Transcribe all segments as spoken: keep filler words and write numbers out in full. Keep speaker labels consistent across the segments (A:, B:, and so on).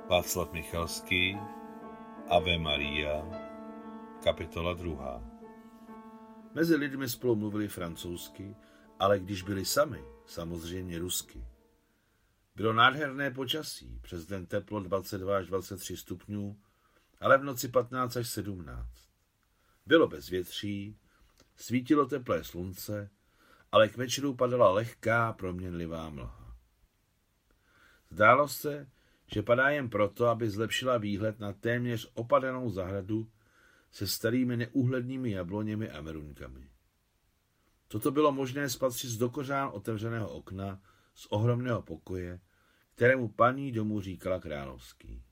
A: Václav Michalský, Ave Maria, kapitola druhá. Mezi lidmi spolu mluvili francouzsky, ale když byli sami, samozřejmě rusky. Bylo nádherné počasí, přes den teplo dvacet dva až dvacet tři stupňů, ale v noci patnáct až sedmnáct. Bylo bezvětří, svítilo teplé slunce, ale k večeru padala lehká, proměnlivá mlha. Zdálo se, že padá jen proto, aby zlepšila výhled na téměř opadenou zahradu se starými neúhlednými jabloněmi a meruňkami. Toto bylo možné spatřit z dokořán otevřeného okna z ohromného pokoje, kterému paní domu říkala královský.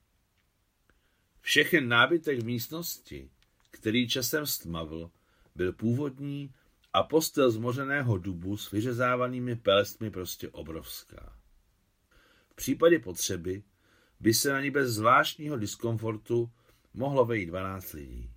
A: Všechen nábytek v místnosti, který časem stmavl, byl původní a postel z mořeného dubu s vyřezávanými pelestmi prostě obrovská. V případě potřeby by se na ní bez zvláštního diskomfortu mohlo vejít dvanáct lidí.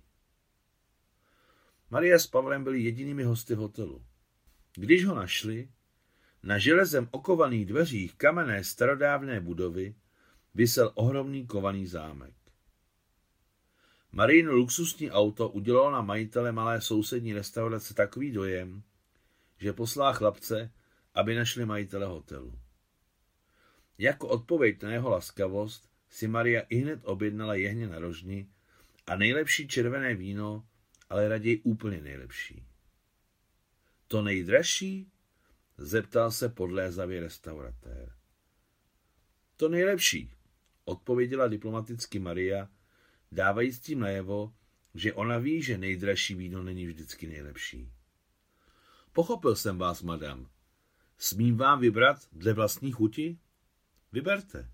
A: Maria s Pavlem byli jedinými hosty v hotelu. Když ho našli, na železem okovaných dveřích kamenné starodávné budovy visel ohromný kovaný zámek. Mariino luxusní auto udělalo na majitele malé sousední restaurace takový dojem, že poslal chlapce, aby našli majitele hotelu. Jako odpověď na jeho laskavost si Maria ihned objednala jehně na rožni a nejlepší červené víno, ale raději úplně nejlepší. To nejdražší? Zeptal se podlézavě restauratér. To nejlepší, odpověděla diplomaticky Maria, dávajíc tím najevo, že ona ví, že nejdražší víno není vždycky nejlepší. Pochopil jsem vás, madam. Smím vám vybrat dle vlastní chuti? Vyberte.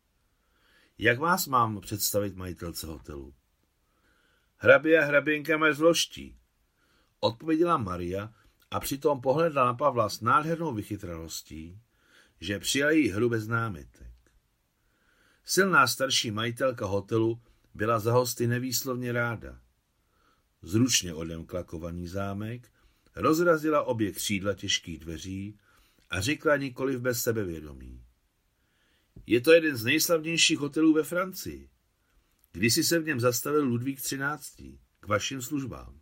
A: Jak vás mám představit majitelce hotelu? Hrabě a hraběnka Merzloští, odpověděla Maria a přitom pohledla na Pavla s nádhernou vychytralostí, že přijal jí hru bez námitek. Silná starší majitelka hotelu byla za hosty nevýslovně ráda. Zručně odemkla kovaný zámek, rozrazila obě křídla těžkých dveří a řekla nikoliv bez sebevědomí. Je to jeden z nejslavnějších hotelů ve Francii. Kdysi se v něm zastavil Ludvík třináctý. K vašim službám.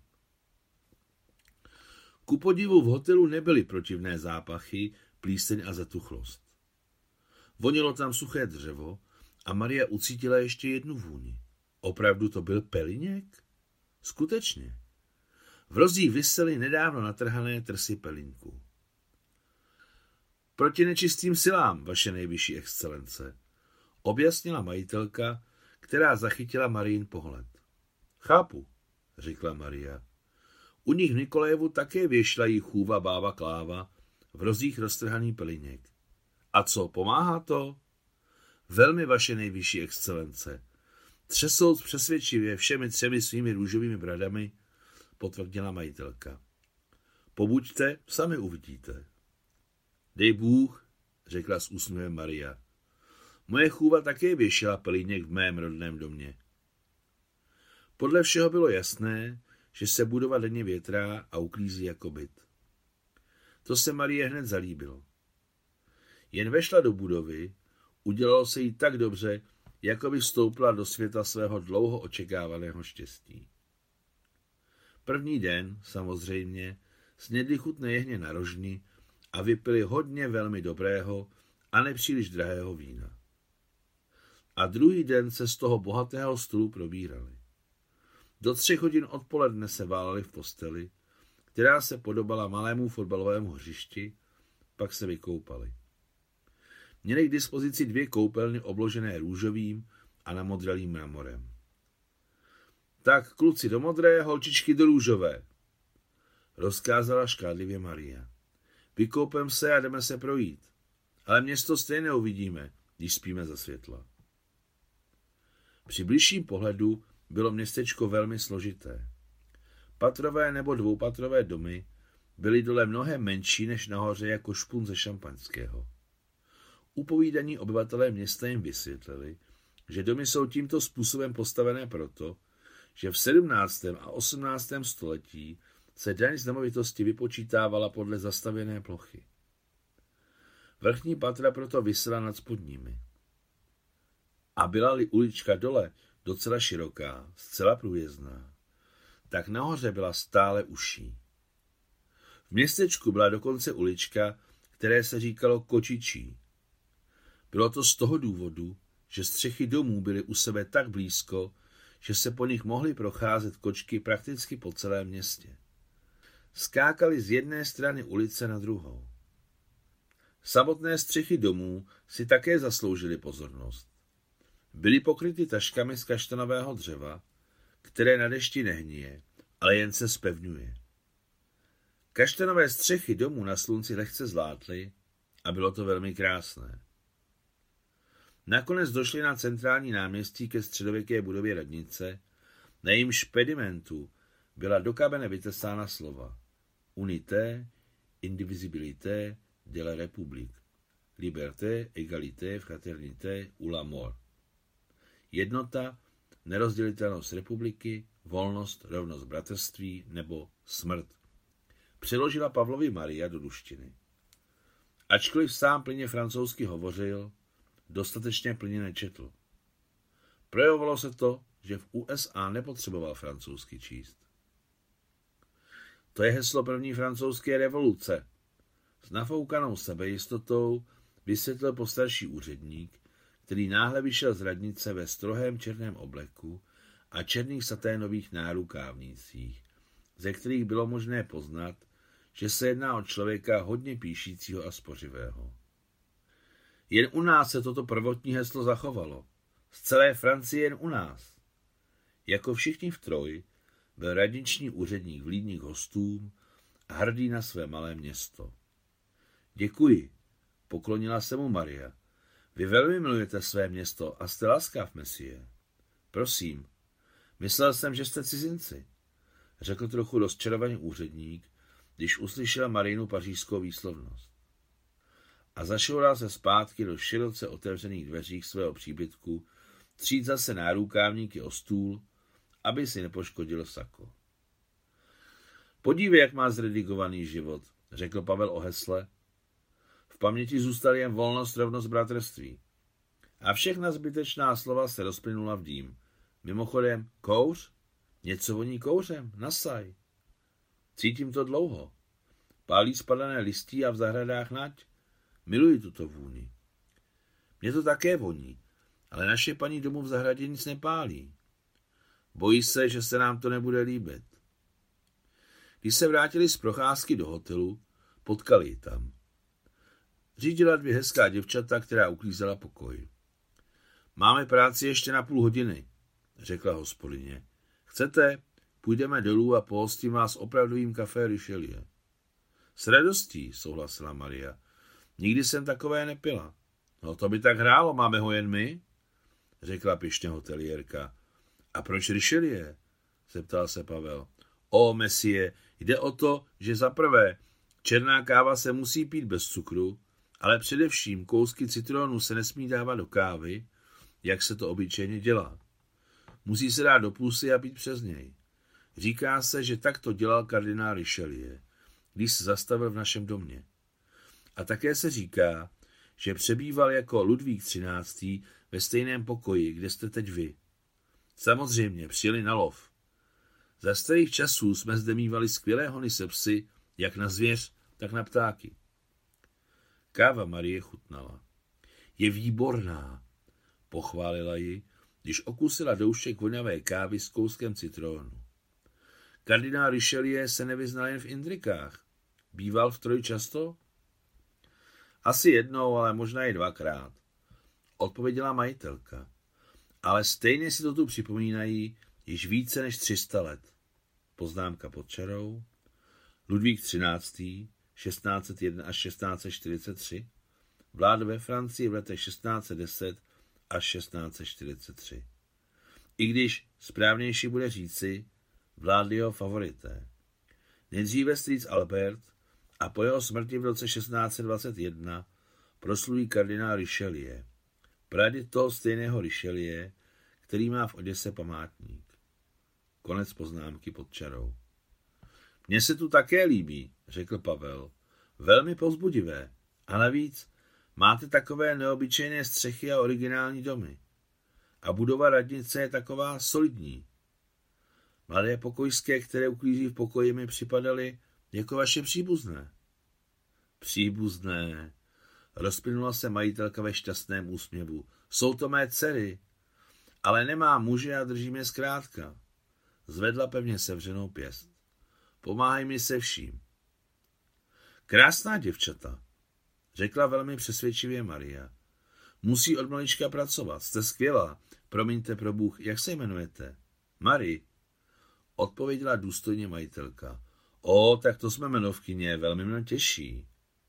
A: Ku podivu v hotelu nebyly protivné zápachy, plíseň a zatuchlost. Vonilo tam suché dřevo a Maria ucítila ještě jednu vůni. Opravdu to byl peliněk? Skutečně. V rozích visely nedávno natrhané trsy pelínků. Proti nečistým silám, vaše nejvyšší excelence, objasnila majitelka, která zachytila Marijin pohled. Chápu, řekla Maria. U nich v Nikolajevu také věšlají chůva bába Kláva, v rozích roztrhaný peliněk. A co, pomáhá to? Velmi, vaše nejvyšší excelence. Třesou přesvědčivě všemi třemi svými růžovými bradami, potvrdila majitelka. Pobuďte, sami uvidíte. Dej Bůh, řekla s úsměvem Maria. Moje chůva také věšela pelíněk v mém rodném domě. Podle všeho bylo jasné, že se budova denně větrá a uklízí jako byt. To se Marie hned zalíbilo. Jen vešla do budovy, udělalo se jí tak dobře, jako by vstoupila do světa svého dlouho očekávaného štěstí. První den, samozřejmě, snědli chutné jehně na rožni a vypili hodně velmi dobrého a nepříliš drahého vína. A druhý den se z toho bohatého stolu probírali. Do třech hodin odpoledne se váleli v posteli, která se podobala malému fotbalovému hřišti, pak se vykoupali. Měli k dispozici dvě koupelny obložené růžovým a namodralým mramorem. Tak kluci do modré, holčičky do růžové, rozkázala škádlivě Maria. Vykoupem se a jdeme se projít, ale město stejně uvidíme, když spíme za světla. Při bližším pohledu bylo městečko velmi složité. Patrové nebo dvoupatrové domy byly dole mnohem menší než nahoře jako špun ze šampaňského. Upovídaní obyvatelé města jim vysvětlili, že domy jsou tímto způsobem postavené proto, že v sedmnáctém a osmnáctém století se daň z nemovitosti vypočítávala podle zastavěné plochy. Vrchní patra proto visela nad spodními. A byla-li ulička dole docela široká, zcela průjezdná, tak nahoře byla stále užší. V městečku byla dokonce ulička, které se říkalo Kočičí. Bylo to z toho důvodu, že střechy domů byly u sebe tak blízko, že se po nich mohly procházet kočky prakticky po celém městě. Skákali z jedné strany ulice na druhou. Samotné střechy domů si také zasloužily pozornost. Byly pokryty taškami z kaštanového dřeva, které na dešti nehnije, ale jen se zpevňuje. Kaštanové střechy domů na slunci lehce zlátly a bylo to velmi krásné. Nakonec došli na centrální náměstí ke středověké budově radnice, na jejímž pedimentu byla do kamene vytesána slova Unité, indivisibilité de la République, liberté, égalité, fraternité ou la mort. Jednota, nerozdělitelnost republiky, volnost, rovnost bratrství nebo smrt. Přeložila Pavlovi Maria do ruštiny. Ačkoliv sám plně francouzsky hovořil, dostatečně plně nečetl. Projevovalo se to, že v U S A nepotřeboval francouzsky číst. To je heslo první francouzské revoluce. S nafoukanou sebejistotou vysvětlil postarší úředník, který náhle vyšel z radnice ve strohém černém obleku a černých saténových nárukávnících, ze kterých bylo možné poznat, že se jedná o člověka hodně píšícího a spořivého. Jen u nás se toto prvotní heslo zachovalo. Z celé Francie jen u nás. Jako všichni v Troji byl radniční úředník vlídný k hostům a hrdý na své malé město. Děkuji, poklonila se mu Maria. Vy velmi milujete své město a jste laskav, mesie. Prosím, myslel jsem, že jste cizinci, řekl trochu rozčarovaný úředník, když uslyšel Marinu pařížskou výslovnost. A zašoural se zpátky do široce otevřených dveří svého příbytku, třít zase nárukávníky o stůl, aby si nepoškodil sako. Podívej, jak má zredigovaný život, řekl Pavel o hesle. V paměti zůstaly jen volnost, rovnost, bratrství. A všechna zbytečná slova se rozplynula v dým. Mimochodem, kouř? Něco voní kouřem, nasaj. Cítím to dlouho. Pálí spadané listí a v zahradách nať. Miluji tuto vůni. Mně to také voní, ale naše paní domů v zahradě nic nepálí. Bojí se, že se nám to nebude líbit. Když se vrátili z procházky do hotelu, potkali ji tam. Řídila dvě hezká děvčata, která uklízela pokoj. Máme práci ještě na půl hodiny, řekla hospodyně. Chcete, půjdeme dolů a pohostím vás opravdovým kafé Richelieu. S radostí, souhlasila Maria. Nikdy jsem takové nepila. No to by tak hrálo, máme ho jen my, řekla pyšně hoteliérka. A proč Richelieu? Zeptal se Pavel. O, mesie, jde o to, že za prvé černá káva se musí pít bez cukru, ale především kousky citronu se nesmí dávat do kávy, jak se to obyčejně dělá. Musí se dát do pusy a pít přes něj. Říká se, že tak to dělal kardinál Richelieu, když se zastavil v našem domě. A také se říká, že přebýval jako Ludvík třináctý ve stejném pokoji, kde jste teď vy. Samozřejmě, přijeli na lov. Za starých časů jsme zde mívali skvělé hony se psy, jak na zvěř, tak na ptáky. Káva Marie chutnala. Je výborná, pochválila ji, když okusila doušek voňavé kávy s kouskem citronu. Kardinál Richelieu se nevyznal jen v intrikách. Býval v Troji často? Asi jednou, ale možná i dvakrát, odpověděla majitelka. Ale stejně si to tu připomínají již více než tři sta let. Poznámka pod čarou. Ludvík třináctý, šestnáct set jedna až šestnáct set čtyřicet tři, vládl ve Francii v letech šestnáct set deset až šestnáct set čtyřicet tři. I když správnější bude říci, vládli jeho favorité. Nejdříve strýc Albert a po jeho smrti v roce šestnáct set dvacet jedna proslulý kardinál Richelieu. Praděd toho stejného Richelieu, který má v Oděse památník. Konec poznámky pod čarou. Mně se tu také líbí, řekl Pavel. Velmi povzbudivé. A navíc máte takové neobyčejné střechy a originální domy. a budova radnice je taková solidní. Mladé pokojské, které uklízí v pokoji, mi připadaly jako vaše příbuzné. Příbuzné, rozplynula se majitelka ve šťastném úsměvu. Jsou to mé dcery, ale nemá muže a drží mě zkrátka. Zvedla pevně sevřenou pěst. Pomáhaj mi se vším. Krásná děvčata, řekla velmi přesvědčivě Maria. Musí od malička pracovat, jste skvělá. Promiňte pro Bůh, jak se jmenujete? Marie, odpověděla důstojně majitelka. O, tak to jsme jmenovkyně, velmi mě těší.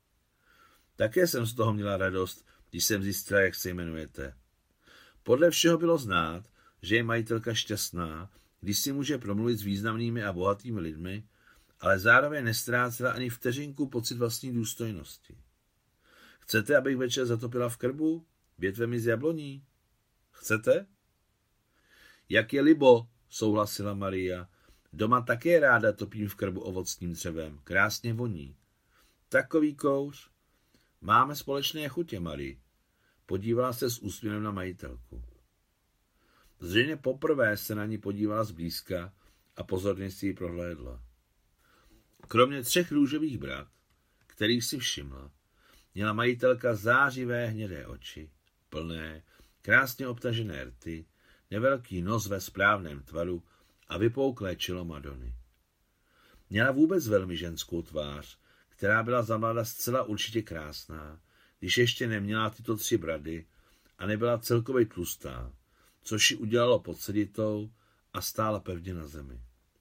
A: Také jsem z toho měla radost, když jsem zjistila, jak se jmenujete. Podle všeho bylo znát, že je majitelka šťastná, když si může promluvit s významnými a bohatými lidmi, ale zároveň nestrácela ani vteřinku pocit vlastní důstojnosti. Chcete, abych večer zatopila v krbu větvemi z jabloní? Chcete? Jak je libo, souhlasila Maria. Doma také ráda topím v krbu ovocným dřevem. Krásně voní. Takový kouř. Máme společné chutě, Marie. Podívala se s úsměvem na majitelku. Zřejmě poprvé se na ní podívala zblízka a pozorně si ji prohlédla. Kromě třech růžových brat, kterých si všimla, měla majitelka zářivé hnědé oči, plné, krásně obtažené rty, nevelký nos ve správném tvaru a vypouklé čelo Madony. Měla vůbec velmi ženskou tvář, která byla za mlada zcela určitě krásná, když ještě neměla tyto tři brady a nebyla celkově tlustá, což ji udělalo podseditou a stála pevně na zemi.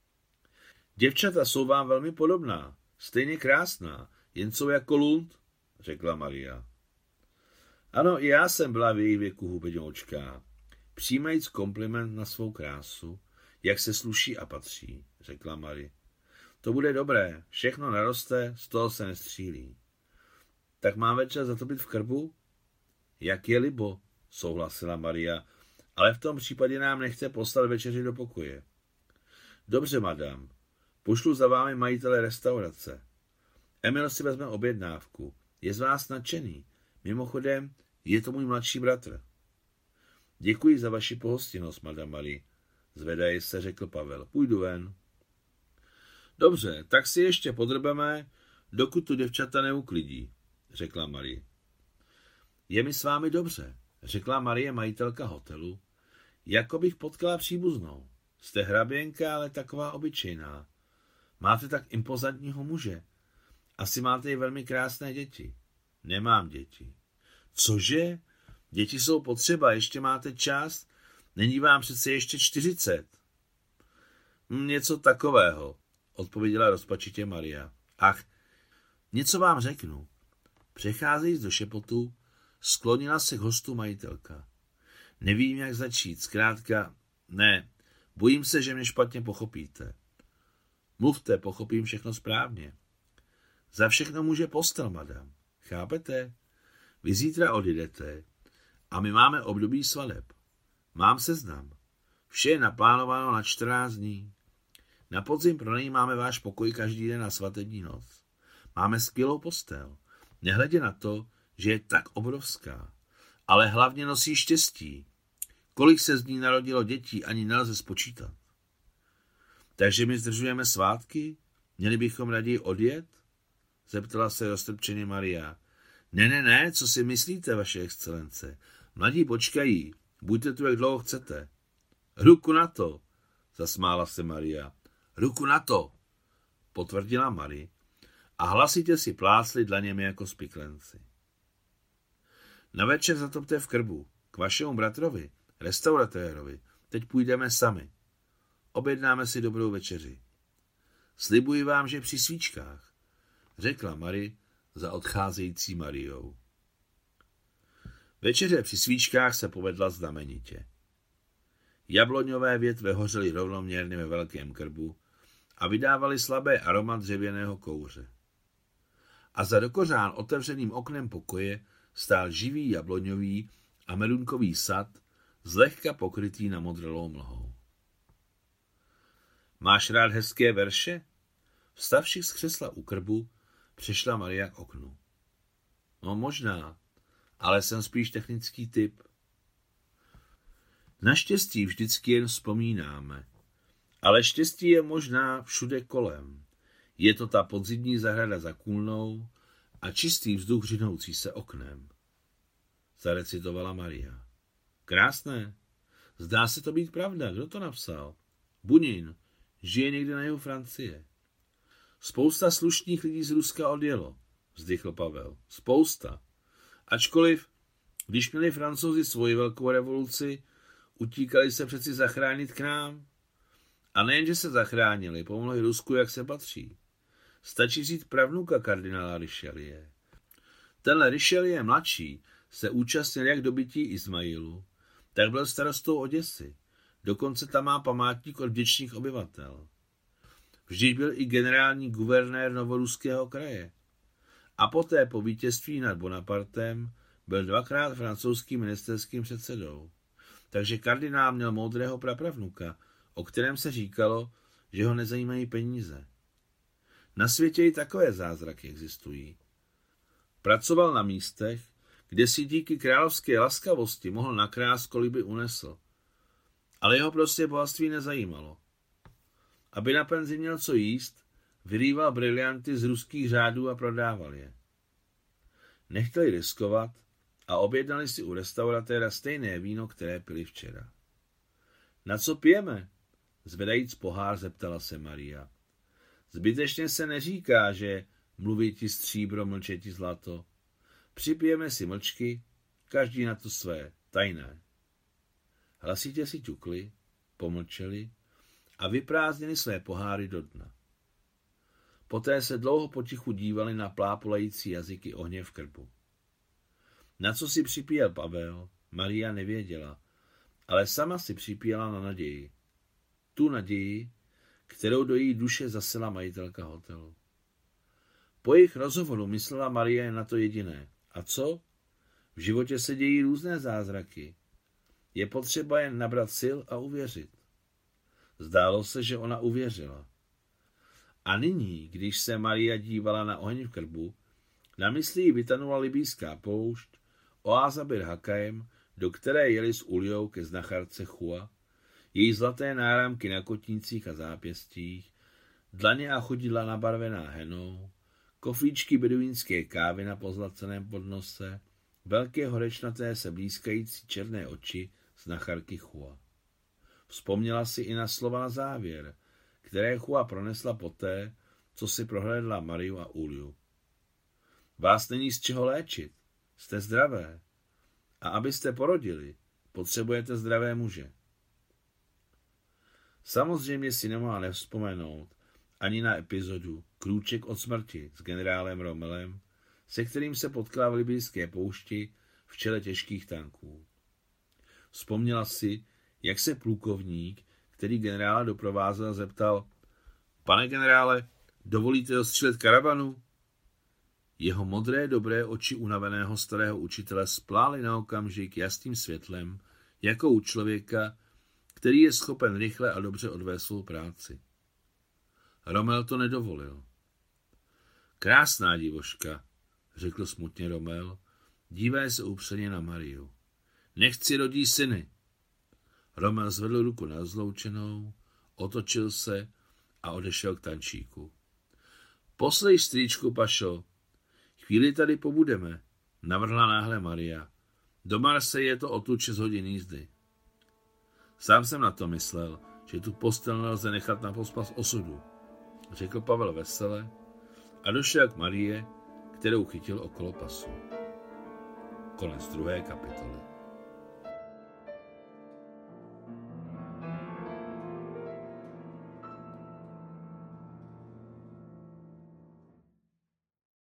A: Děvčata jsou vám velmi podobná, stejně krásná, jen jsou jako lund, řekla Maria. Ano, i já jsem byla v jejich věku hubeňoučká, přijímajíc kompliment na svou krásu, jak se sluší a patří, řekla Marie. To bude dobré, všechno naroste, z toho se nestřílí. Tak mám večer zatopit v krbu? Jak je libo, souhlasila Maria, ale v tom případě nám nechce poslat večeři do pokoje. Dobře, madam, pošlu za vámi majitele restaurace. Emil si vezme objednávku, je z vás nadšený. Mimochodem, je to můj mladší bratr. Děkuji za vaši pohostinnost, madam Marie, zvedaje se, řekl Pavel. Půjdu ven. Dobře, tak si ještě podrbeme, dokud tu děvčata neuklidí, řekla Marie. Je mi s vámi dobře, řekla Marie, majitelka hotelu, jako bych potkala příbuznou. Jste hraběnka, ale taková obyčejná. Máte tak impozantního muže. Asi máte i velmi krásné děti. Nemám děti. Cože? Děti jsou potřeba, ještě máte čas? Není vám přece ještě čtyřicet? Něco takového, odpověděla rozpačitě Maria. Ach, něco vám řeknu. Přecházejíc do šepotu, sklonila se k hostu majitelka. Nevím, jak začít, zkrátka, ne, bojím se, že mě špatně pochopíte. Mluvte, pochopím všechno správně. Za všechno může postel, madam. Chápete? Vy zítra odjedete a my máme období svateb. Mám seznam. Vše je naplánováno na čtrnáct dní. Na podzim pronajímáme váš pokoj každý den na svatební noc. Máme skvělou postel. Nehledě na to, že je tak obrovská. Ale hlavně nosí štěstí. Kolik se z ní narodilo dětí, ani nelze spočítat. Takže my zdržujeme svátky? Měli bychom raději odjet? Zeptala se roztrpčeně Maria. Ne, ne, ne, co si myslíte, vaše excelence? Mladí počkají, buďte tu, jak dlouho chcete. Ruku na to, zasmála se Maria. Ruku na to, potvrdila Marie a hlasitě si plácli dlaněmi jako spiklenci. Na večer zatopte v krbu, k vašemu bratrovi, restauratérovi, teď půjdeme sami. Objednáme si dobrou večeři. Slibuji vám, že při svíčkách, řekla Marie za odcházející Mariou. Večeře při svíčkách se povedla znamenitě. Jabloňové větve hořely rovnoměrně ve velkém krbu a vydávaly slabé aroma dřevěného kouře. A za dokořán otevřeným oknem pokoje stál živý jabloňový a melunkový sad, zlehka pokrytý namodrelou mlhou. Máš rád hezké verše? Vstavši z křesla u krbu, přešla Maria k oknu. No možná, ale jsem spíš technický typ. Na štěstí vždycky jen vzpomínáme, ale štěstí je možná všude kolem. Je to ta podzimní zahrada za kůlnou a čistý vzduch řinoucí se oknem. Zarecitovala Maria. Krásné. Zdá se to být pravda. Kdo to napsal? Bunin. Žije někde na jihu Francie. Spousta slušných lidí z Ruska odjelo, vzdychl Pavel. Spousta. Ačkoliv, když měli Francouzi svoji velkou revoluci, utíkali se přeci zachránit k nám. A nejenže se zachránili, pomohli Rusku, jak se patří. Stačí říct pravnuka kardinála Richelieu. Tenhle Richelieu mladší se účastnil jak dobytí Izmailu, tak byl starostou Oděsy. Dokonce tam má památník od vděčných obyvatel. Vždyť byl i generální guvernér novoruského kraje. A poté po vítězství nad Bonapartem byl dvakrát francouzským ministerským předsedou. Takže kardinál měl moudrého prapravnuka, o kterém se říkalo, že ho nezajímají peníze. Na světě i takové zázraky existují. Pracoval na místech, kde si díky královské laskavosti mohl nakrást, kolik by unesl. Ale jeho prostě bohatství nezajímalo. Aby na penzi měl co jíst, vyrýval brilianty z ruských řádů a prodával je. Nechtěli riskovat a objednali si u restauratéra stejné víno, které pili včera. Na co pijeme? Zvedajíc pohár, zeptala se Maria. Zbytečně se neříká, že mluví ti stříbro, mlče ti zlato. Připijeme si mlčky, každý na to své, tajné. Hlasitě si ťukli, pomlčeli a vyprázdnili své poháry do dna. Poté se dlouho potichu dívali na plápolající jazyky ohně v krbu. Na co si připíjel Pavel, Maria nevěděla, ale sama si připíjela na naději. Tu naději, kterou do její duše zasila majitelka hotelu. Po jejich rozhovoru myslela Marie jen na to jediné. A co? V životě se dějí různé zázraky. Je potřeba jen nabrat sil a uvěřit. Zdálo se, že ona uvěřila. A nyní, když se Maria dívala na oheň v krbu, na mysli jí vytanula libýská poušť, oáza Bir Hakajem, do které jeli s Uliou ke znacharce Chua, její zlaté náramky na kotnících a zápěstích, dlaně a chodidla nabarvená henou, koflíčky beduínské kávy na pozlaceném podnose, velké horečnaté se blízkající černé oči znacharky Chua. Vzpomněla si i na slova na závěr, které Chua pronesla poté, co si prohlédla Mariu a Uliu. Vás není z čeho léčit, jste zdravé. A abyste porodili, potřebujete zdravé muže. Samozřejmě si nemohla nevzpomenout ani na epizodu Krůček od smrti s generálem Romelem, se kterým se potkala v libýské poušti v čele těžkých tanků. Vzpomněla si, jak se plukovník, který generála doprovázel, zeptal: Pane generále, dovolíte dostřelit karavanu? Jeho modré, dobré oči unaveného starého učitele splály na okamžik jasným světlem, jako u člověka, který je schopen rychle a dobře odvést svou práci. Romel to nedovolil. Krásná divoška, řekl smutně Romel, dívaje se upřeně na Mariu. Nechci rodí syny. Romel zvedl ruku na rozloučenou, otočil se a odešel k tančíku. Poslej strýčku, Pašo. Chvíli tady pobudeme, navrhla náhle Maria. Do Marseille je to odtud šest hodin jízdy. Sám jsem na to myslel, že tu postel nelze nechat na pospas osudu, řekl Pavel vesele a došel k Marie, kterou chytil okolo pasu. Konec druhé kapitoly.